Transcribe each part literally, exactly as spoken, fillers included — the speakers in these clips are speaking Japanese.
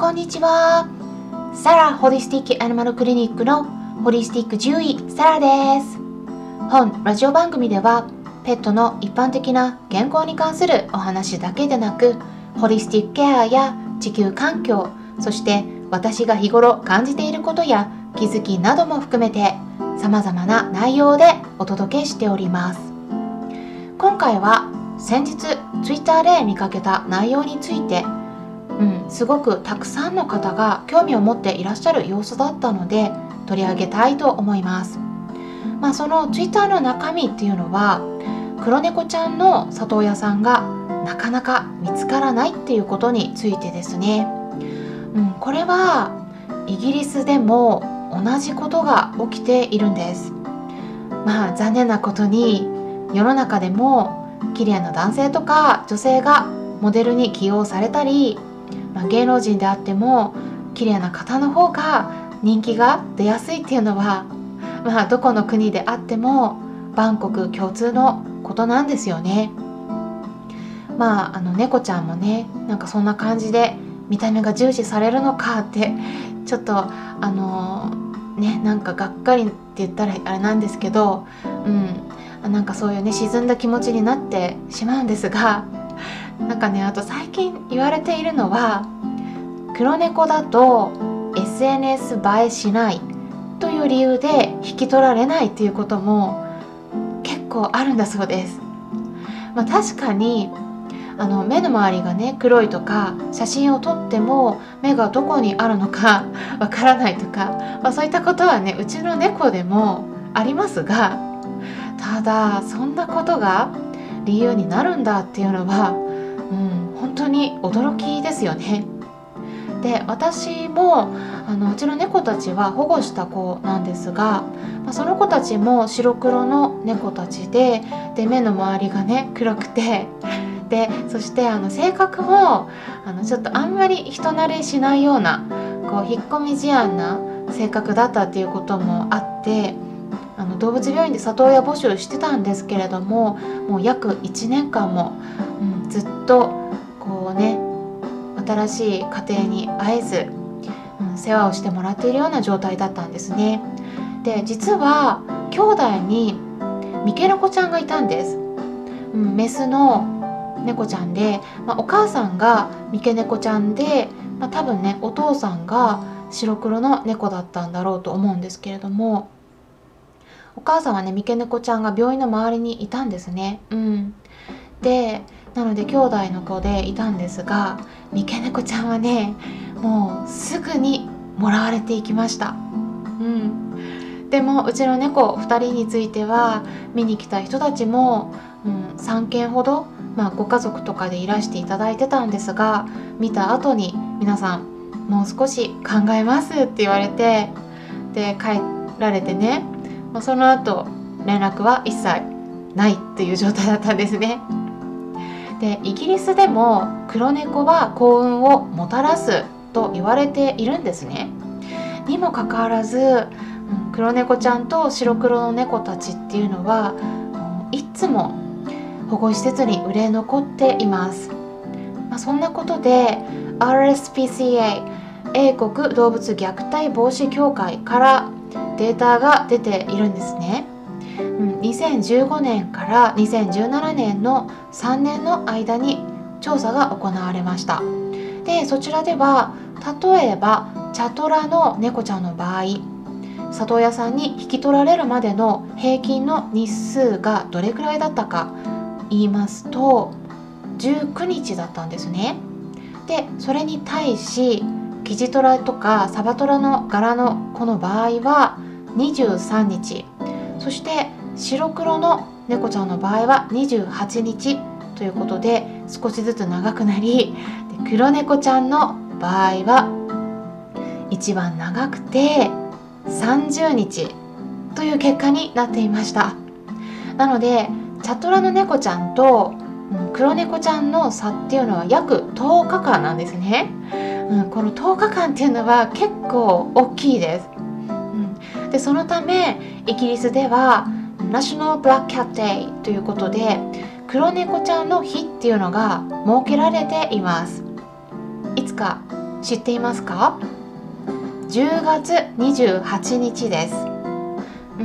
こんにちは。サラホリスティックアニマルクリニックのホリスティック獣医サラです。本ラジオ番組ではペットの一般的な健康に関するお話だけでなく、ホリスティックケアや地球環境、そして私が日頃感じていることや気づきなども含めて様々な内容でお届けしております。今回は先日 Twitter で見かけた内容について、うん、すごくたくさんの方が興味を持っていらっしゃる様子だったので取り上げたいと思います。まあ、その Twitter の中身っていうのは、黒猫ちゃんの里親さんがなかなか見つからないっていうことについてですね。うん、これはイギリスでも同じことが起きているんです。まあ残念なことに世の中でも綺麗な男性とか女性がモデルに起用されたり、まあ、芸能人であっても綺麗な方の方が人気が出やすいっていうのは、まあどこの国であっても万国共通のことなんですよね。まああの猫ちゃんもね、なんかそんな感じで見た目が重視されるのかってちょっとあのねなんかがっかりって言ったらあれなんですけど、うん、なんかそういうね沈んだ気持ちになってしまうんですが、なんかねあと最近言われているのは、黒猫だと エスエヌエス 映えしないという理由で引き取られないっていうことも結構あるんだそうです。まあ、確かにあの目の周りがね黒いとか、写真を撮っても目がどこにあるのかわからないとか、まあ、そういったことはねうちの猫でもありますが、ただそんなことが理由になるんだっていうのは、うん、本当に驚きですよね。で、私もあのうちの猫たちは保護した子なんですが、まあ、その子たちも白黒の猫たちで、で目の周りがね黒くて、でそしてあの性格もあのちょっとあんまり人慣れしないようなこう引っ込み思案な性格だったっていうこともあって、あの動物病院で里親募集してたんですけれども、もう約いちねんかんも、うん、ずっとこうね新しい家庭に会えず、うん、世話をしてもらっているような状態だったんですね。で実は兄弟に三毛猫ちゃんがいたんです。うん、メスの猫ちゃんで、まあ、お母さんが三毛猫ちゃんで、まあ、多分ねお父さんが白黒の猫だったんだろうと思うんですけれども、お母さんはね三毛猫ちゃんが病院の周りにいたんですね。うん、でなので兄弟の子でいたんですが、三毛猫ちゃんはねもうすぐにもらわれていきました。うん、でもうちの猫ふたりについては見に来た人たちも、うん、さんけんほど、まあ、ご家族とかでいらしていただいてたんですが、見た後に皆さんもう少し考えますって言われて、で帰られてね、その後連絡は一切ないっていう状態だったんですね。でイギリスでも黒猫は幸運をもたらすと言われているんですね。にもかかわらず、うん、黒猫ちゃんと白黒の猫たちっていうのは、うん、いつも保護施設に売れ残っています。まあ、そんなことで アールエスピーシーエー 英国動物虐待防止協会からデータが出ているんですね。うん、にせんじゅうごねんからにせんじゅうななねんのさんねんの間に調査が行われました。でそちらでは例えばチャトラの猫ちゃんの場合、里親さんに引き取られるまでの平均の日数がどれくらいだったか言いますとじゅうくにちだったんですね。でそれに対しキジトラとかサバトラの柄の子の場合はにじゅうさんにち、そして白黒の猫ちゃんの場合はにじゅうはちにちということで少しずつ長くなり、で黒猫ちゃんの場合は一番長くてさんじゅうにちという結果になっていました。なのでチャトラの猫ちゃんと黒猫ちゃんの差っていうのは約とおかかんなんですね。うん、このとおかかんっていうのは結構大きいです。うん、でそのためイギリスではナショナルブラックキャットデイということで黒猫ちゃんの日っていうのが設けられています。いつか知っていますか？じゅうがつにじゅうはちにちです。うん、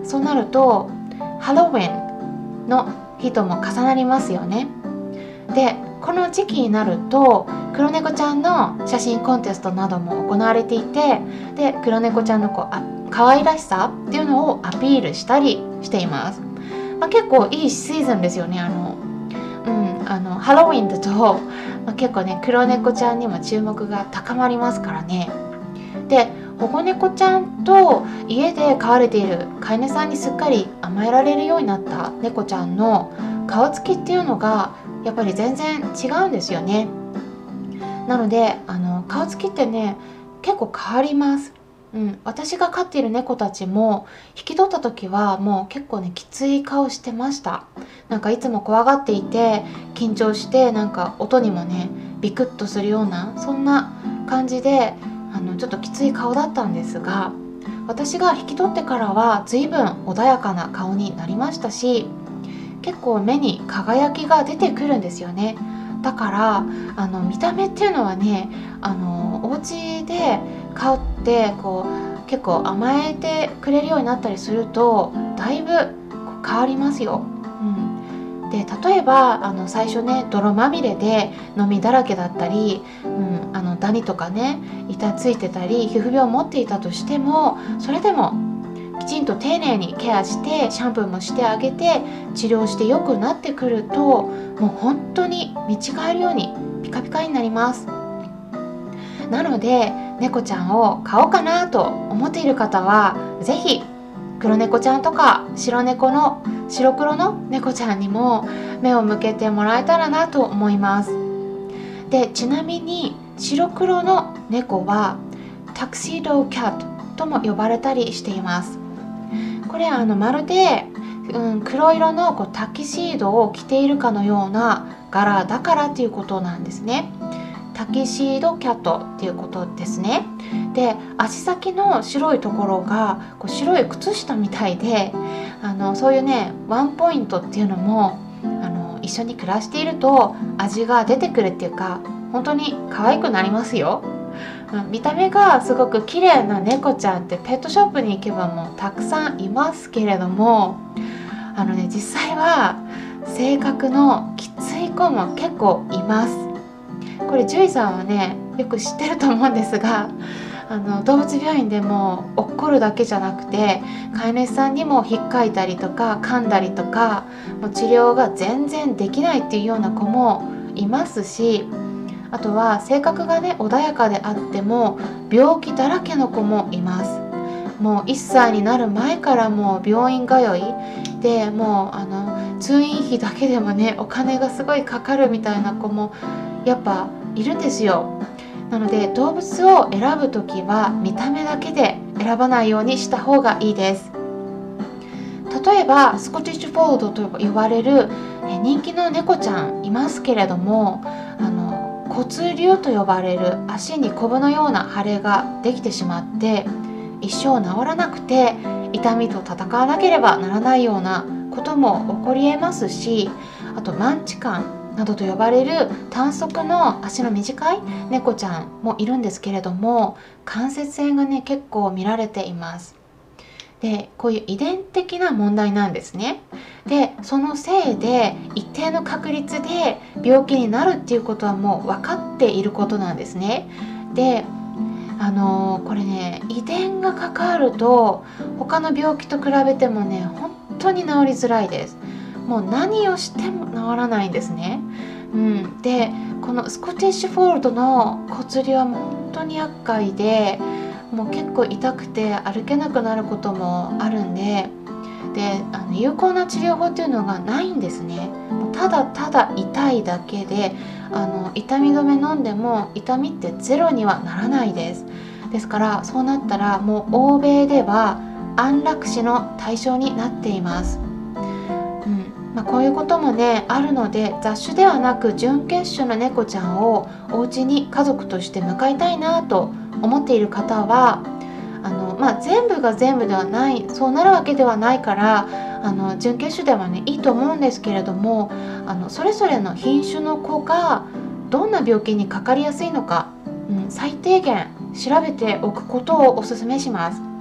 そうなるとハロウィンの日とも重なりますよね。で、この時期になると黒猫ちゃんの写真コンテストなども行われていて、で黒猫ちゃんのこうあ可愛らしさっていうのをアピールしたりしています。まあ、結構いいシーズンですよね。あの、うん、あのハロウィンだと、まあ、結構ね黒猫ちゃんにも注目が高まりますからね。で、保護猫ちゃんと家で飼われている飼い主さんにすっかり甘えられるようになった猫ちゃんの顔つきっていうのがやっぱり全然違うんですよね。なのであの顔つきってね結構変わります。うん、私が飼っている猫たちも引き取った時はもう結構ねきつい顔してました。なんかいつも怖がっていて緊張してなんか音にもねビクッとするようなそんな感じであのちょっときつい顔だったんですが、私が引き取ってからは随分穏やかな顔になりましたし、結構目に輝きが出てくるんですよね。だからあの見た目っていうのはね、あのお家で飼ってこう結構甘えてくれるようになったりするとだいぶこう変わりますよ。うん、で例えばあの最初ね泥まみれで飲みだらけだったり、うん、あのダニとかね板ついてたり皮膚病を持っていたとしても、それでもきちんと丁寧にケアしてシャンプーもしてあげて治療して良くなってくると、もう本当に見違えるようにピカピカになります。なので猫ちゃんを飼おうかなと思っている方はぜひ黒猫ちゃんとか白猫の白黒の猫ちゃんにも目を向けてもらえたらなと思います。で、ちなみに白黒の猫はタクシードキャットとも呼ばれたりしています。これあのまるで、うん、黒色のこうタキシードを着ているかのような柄だからっていうことなんですね。タキシードキャットっていうことですね。で、足先の白いところがこう白い靴下みたいで、あのそういうねワンポイントっていうのもあの一緒に暮らしていると味が出てくるっていうか、本当に可愛くなりますよ。見た目がすごく綺麗な猫ちゃんってペットショップに行けばもうたくさんいますけれども、あのね実際は性格のきつい子も結構います。これ獣医さんはねよく知ってると思うんですが、あの動物病院でも怒るだけじゃなくて飼い主さんにもひっかいたりとか噛んだりとか、もう治療が全然できないっていうような子もいますし、あとは性格がね穏やかであっても病気だらけの子もいます。もういっさいになる前からもう病院通いで、もうあの通院費だけでもねお金がすごいかかるみたいな子もやっぱいるんですよ。なので動物を選ぶときは見た目だけで選ばないようにした方がいいです。例えばスコティッシュフォールドと呼ばれる人気の猫ちゃんいますけれども、あの骨瘤と呼ばれる足にコブのような腫れができてしまって一生治らなくて痛みと戦わなければならないようなことも起こりえますし、あとマンチカンなどと呼ばれる短足の足の短い猫ちゃんもいるんですけれども、関節炎がね結構見られています。で、こういう遺伝的な問題なんですね。で、そのせいで一定の確率で病気になるっていうことはもう分かっていることなんですね。で、あのー、これね遺伝が関わると他の病気と比べてもね本当に治りづらいです。もう何をしても治らないんですね。うん、でこのスコティッシュフォールドの骨瘤は本当に厄介で、もう結構痛くて歩けなくなることもあるんで、であの有効な治療法っていうのがないんですね。ただただ痛いだけで、あの痛み止め飲んでも痛みってゼロにはならないです。ですからそうなったらもう欧米では安楽死の対象になっています。うんまあ、こういうこともねあるので、雑種ではなく準血種の猫ちゃんをお家に家族として迎えたいなと思っている方は、あの、まあ、全部が全部ではない、そうなるわけではないから、あの準血種ではねいいと思うんですけれども、あのそれぞれの品種の子がどんな病気にかかりやすいのか、うん、 最低限調べておくことをお勧めします。うん、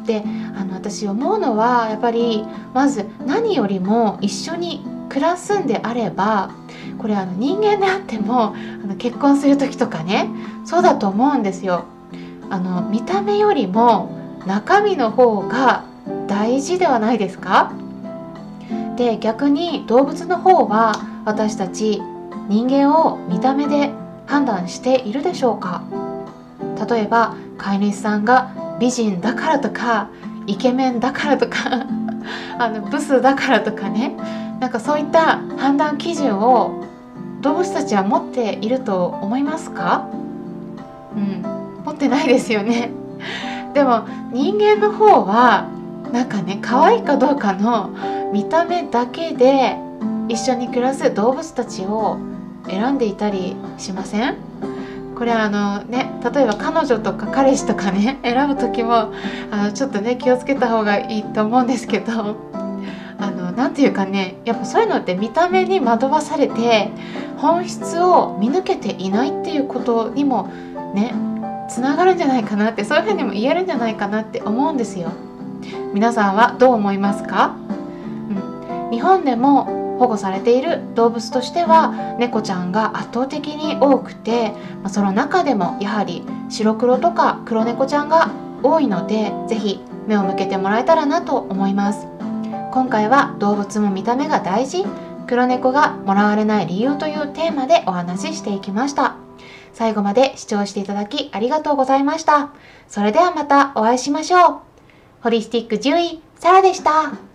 であの私思うのはやっぱりまず何よりも一緒に暮らすんであれば、これあの人間であってもあの結婚する時とかね、そうだと思うんですよ。あの見た目よりも中身の方が大事ではないですか？で逆に動物の方は私たち人間を見た目で判断しているでしょうか？例えば飼い主さんが美人だからとかイケメンだからとかあのブスだからとかね、なんかそういった判断基準を動物たちは持っていると思いますか？うん、持ってないですよね。でも人間の方はなんかね、可愛いかどうかの見た目だけで一緒に暮らす動物たちを選んでいたりしません？これあのね、例えば彼女とか彼氏とかね選ぶ時もあのちょっとね気をつけた方がいいと思うんですけど、あのなんていうかね、やっぱそういうのって見た目に惑わされて本質を見抜けていないっていうことにもねつながるんじゃないかなって、そういうふうにも言えるんじゃないかなって思うんですよ。皆さんはどう思いますか？うん、日本でも保護されている動物としては猫ちゃんが圧倒的に多くて、その中でもやはり白黒とか黒猫ちゃんが多いので、ぜひ目を向けてもらえたらなと思います。今回は動物も見た目が大事、黒猫がもらわれない理由というテーマでお話ししていきました。最後まで視聴していただきありがとうございました。それではまたお会いしましょう。ホリスティック獣医、サラでした。